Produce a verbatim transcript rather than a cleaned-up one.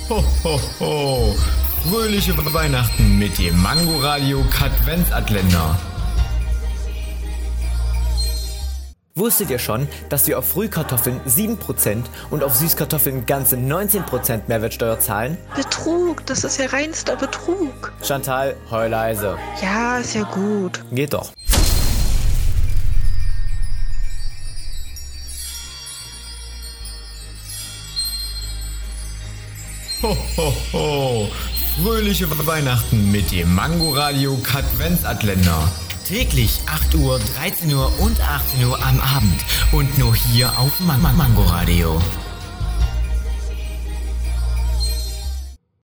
Ho, ho, ho. Fröhliche Weihnachten mit dem Mangoradio Katwenzatländer. Wusstet ihr schon, dass wir auf Frühkartoffeln sieben Prozent und auf Süßkartoffeln ganze neunzehn Prozent Mehrwertsteuer zahlen? Betrug, das ist ja reinster Betrug. Chantal, heul leise. Ja, ist ja gut. Geht doch. Ho, ho, ho. Fröhliche Weihnachten mit dem Mangoradio Katwenzatländer. Täglich acht Uhr, dreizehn Uhr und achtzehn Uhr am Abend. Und nur hier auf Man- Man- Mangoradio.